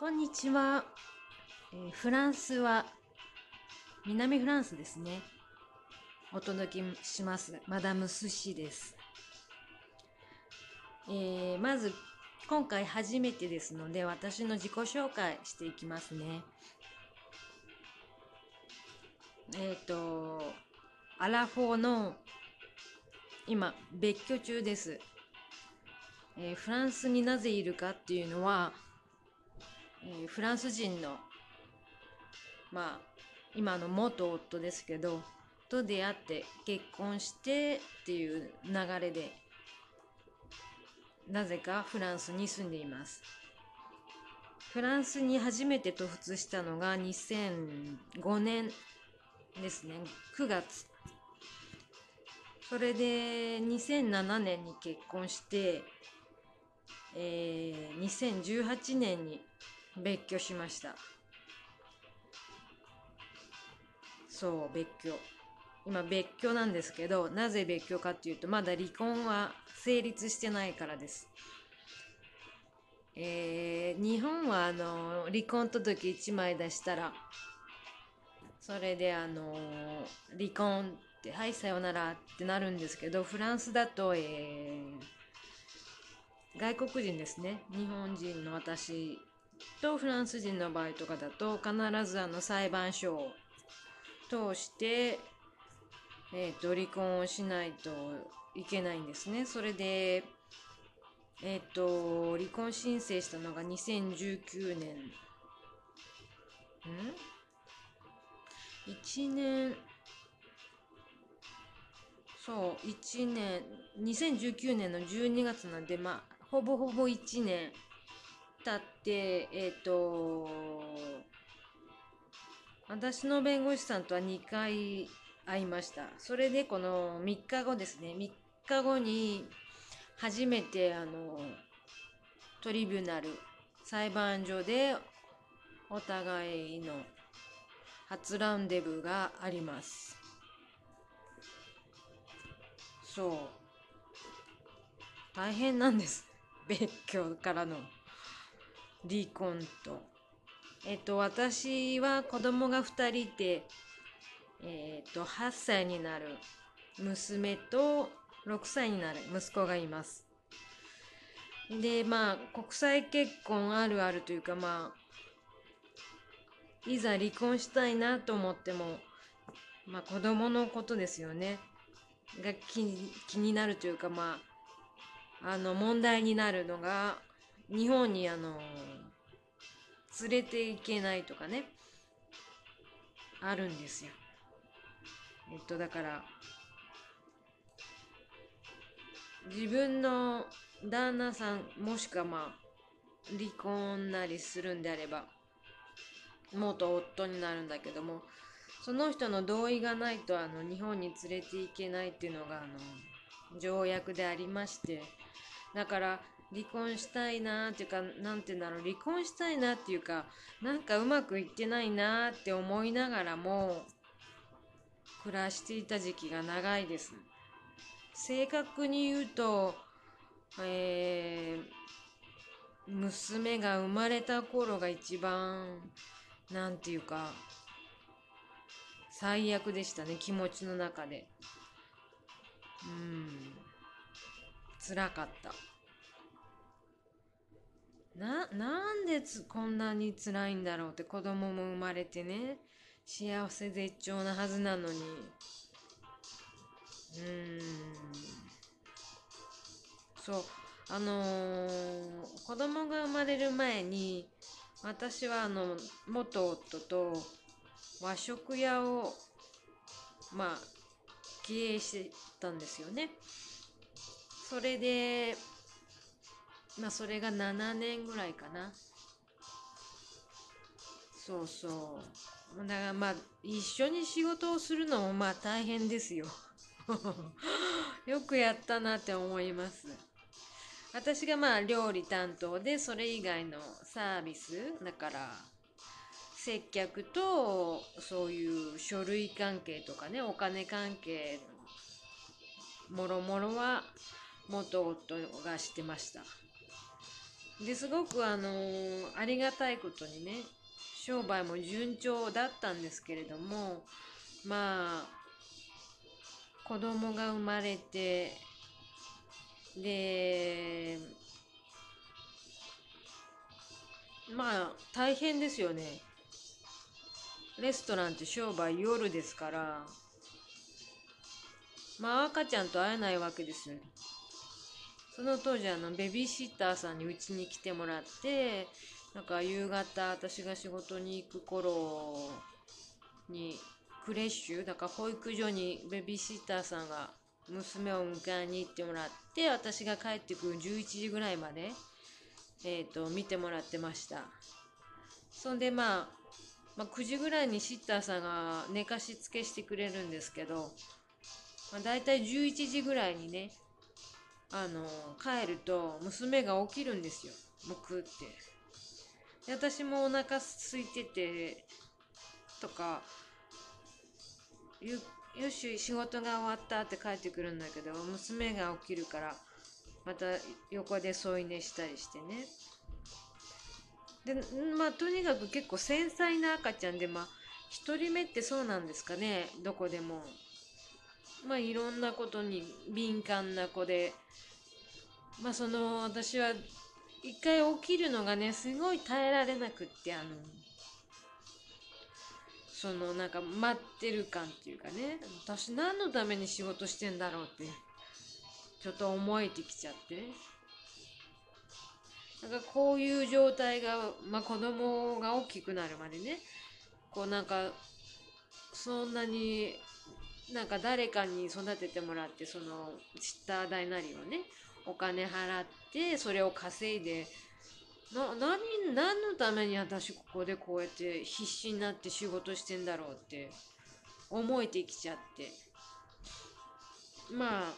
こんにちは。フランスは南フランスですね。お届けします。マダムスシです。まず今回初めてですので私の自己紹介していきますね。アラフォーの今別居中です。フランスになぜいるかっていうのは、フランス人の今の元夫ですけどと出会って結婚してっていう流れでなぜかフランスに住んでいます。フランスに初めて渡仏したのが2005年ですね、9月。それで2007年に結婚して、2018年に別居しました。そう別居、今別居なんですけど、なぜ別居かっていうとまだ離婚は成立してないからです。日本は離婚届1枚出したらそれで離婚ってはいさよならってなるんですけど、フランスだと、外国人ですね、日本人の私とフランス人の場合とかだと必ず裁判所を通して、離婚をしないといけないんですね。それで離婚申請したのが2019年1年、そう1年、2019年の12月なんで、ほぼほぼ1年経って、私の弁護士さんとは2回会いました。それでこの3日後ですね、3日後に初めてトリビュナル、裁判所でお互いの初ラウンデブーがあります。そう大変なんです、別居からの離婚と。私は子供が2人いて、8歳になる娘と6歳になる息子がいます。で、国際結婚あるあるというか、いざ離婚したいなと思っても、子供のことですよね。が気になるというか、問題になるのが、日本に連れて行けないとかね、あるんですよ。だから自分の旦那さんもしくは離婚なりするんであれば元夫になるんだけども、その人の同意がないと日本に連れて行けないっていうのが条約でありまして、だから離婚したいなっていうか、なんていうんだろう、離婚したいなっていうか、なんかうまくいってないなって思いながらも暮らしていた時期が長いです。正確に言うと、え娘が生まれた頃が一番なんていうか最悪でしたね、気持ちの中で。辛かった。なんでこんなに辛いんだろうって、子供も生まれてね、幸せ絶頂なはずなのに。そう子供が生まれる前に私は元夫と和食屋をまあ経営してたんですよね。それでそれが7年ぐらいかな。そうそう。だから一緒に仕事をするのも大変ですよ。よくやったなって思います。私が料理担当で、それ以外のサービスだから接客とそういう書類関係とかね、お金関係もろもろは元夫がしてました。 ですごくありがたいことにね、商売も順調だったんですけれども、まあ子供が生まれて、でまあ大変ですよね。レストランって商売夜ですから、まあ赤ちゃんと会えないわけですよ。その当時ベビーシッターさんにうちに来てもらって、なんか夕方私が仕事に行く頃に、クレッシュだから保育所にベビーシッターさんが娘を迎えに行ってもらって、私が帰ってくる11時ぐらいまで見てもらってました。そんでまあ9時ぐらいにシッターさんが寝かしつけしてくれるんですけど、だいたい11時ぐらいにね、帰ると娘が起きるんですよ。むくって。で私もお腹空いててとか、よし仕事が終わったって帰ってくるんだけど、娘が起きるからまた横で添い寝したりしてね。でまあとにかく結構繊細な赤ちゃんで、一人目ってそうなんですかね、どこでも。いろんなことに敏感な子で、私は一回起きるのがね、すごい耐えられなくって、なんか待ってる感っていうかね、私何のために仕事してんだろうってちょっと思えてきちゃって、なんかこういう状態が、子供が大きくなるまでね、こうなんかそんなになんか誰かに育ててもらって、そのシッター代なりをね、お金払ってそれを稼いで、何のために私ここでこうやって必死になって仕事してんだろうって思えてきちゃって、まあ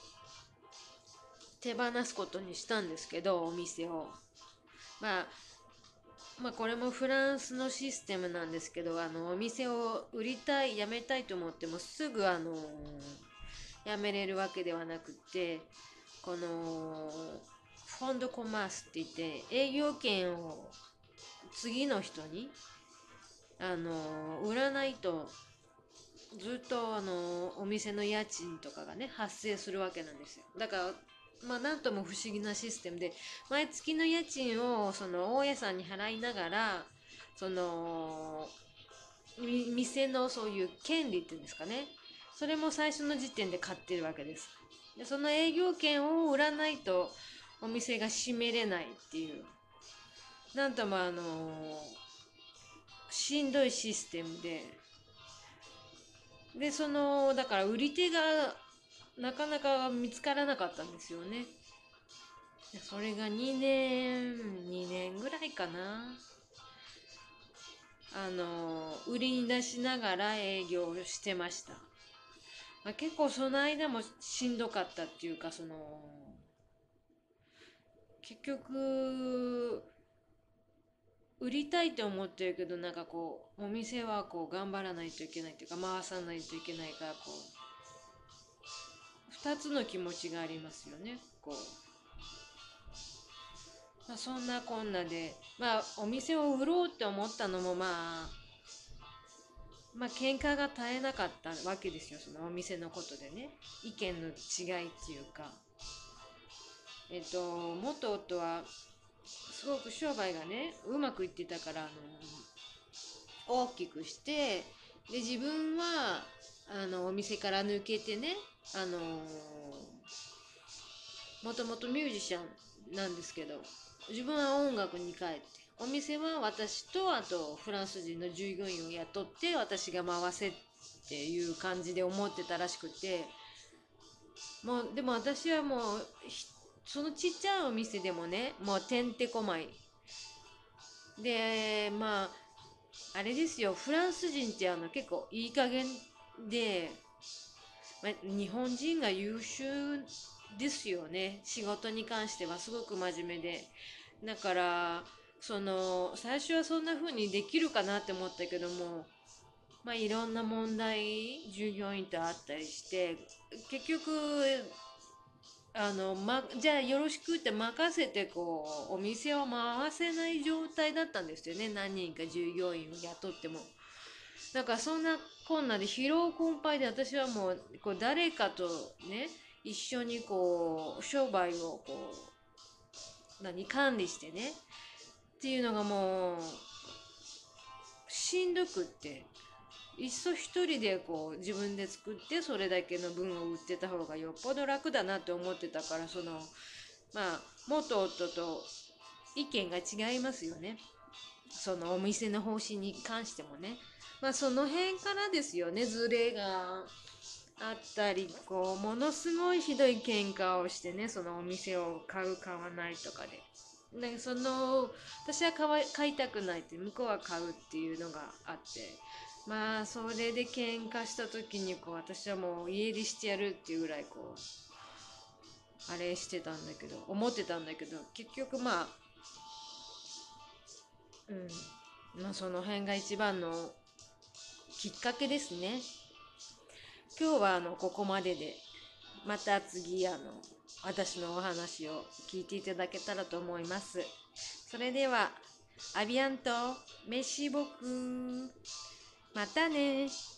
手放すことにしたんですけど、お店を。まあこれもフランスのシステムなんですけど、お店を売りたい、辞めたいと思ってもすぐ辞めれるわけではなくて、このフォンドコマースって言って営業権を次の人に売らないと、ずっとお店の家賃とかがね発生するわけなんですよ。だからなんとも不思議なシステムで、毎月の家賃をその大家さんに払いながら、その店のそういう権利っていうんですかね、それも最初の時点で買ってるわけです。でその営業権を売らないとお店が閉めれないっていう、なんともしんどいシステムで、だから売り手がなかなか見つからなかったんですよね。それが2年ぐらいかな。売りに出しながら営業してました。結構その間もしんどかったっていうか、結局、売りたいと思ってるけど、なんかこう、お店はこう頑張らないといけないっていうか、回さないといけないから、こう、二つの気持ちがありますよね。こう、そんなこんなで、お店を売ろうって思ったのも喧嘩が絶えなかったわけですよ。そのお店のことでね。意見の違いっていうか。元夫は、すごく商売がね、うまくいってたから、大きくして、で、自分は、お店から抜けてね、もともとミュージシャンなんですけど、自分は音楽に帰って、お店は私とあとフランス人の従業員を雇って私が回せっていう感じで思ってたらしくて、でも私はもうそのちっちゃいお店でもね、もうてんてこまいで、あれですよ、フランス人って結構いい加減で、日本人が優秀ですよね。仕事に関してはすごく真面目で。だから、最初はそんな風にできるかなって思ったけども、いろんな問題、従業員とあったりして、結局、 じゃあよろしくって任せてお店を回せない状態だったんですよね。何人か従業員を雇っても。だからそんなこんなで疲労困憊で私はもう誰かとね一緒に商売を管理してねっていうのがもうしんどくって、いっそ一人で自分で作ってそれだけの分を売ってた方がよっぽど楽だなって思ってたから、まあ元夫と意見が違いますよね。そのお店の方針に関してもね。その辺からですよね、ズレがあったり、ものすごいひどい喧嘩をしてね、そのお店を買う買わないとかで。私は買いたくないって向こうは買うっていうのがあって、それで喧嘩した時に私はもう家出してやるっていうぐらいあれしてたんだけど、思ってたんだけど、結局その辺が一番のきっかけですね。今日はここまでで、また次私のお話を聞いていただけたらと思います。それではアビアントメシボク、またね。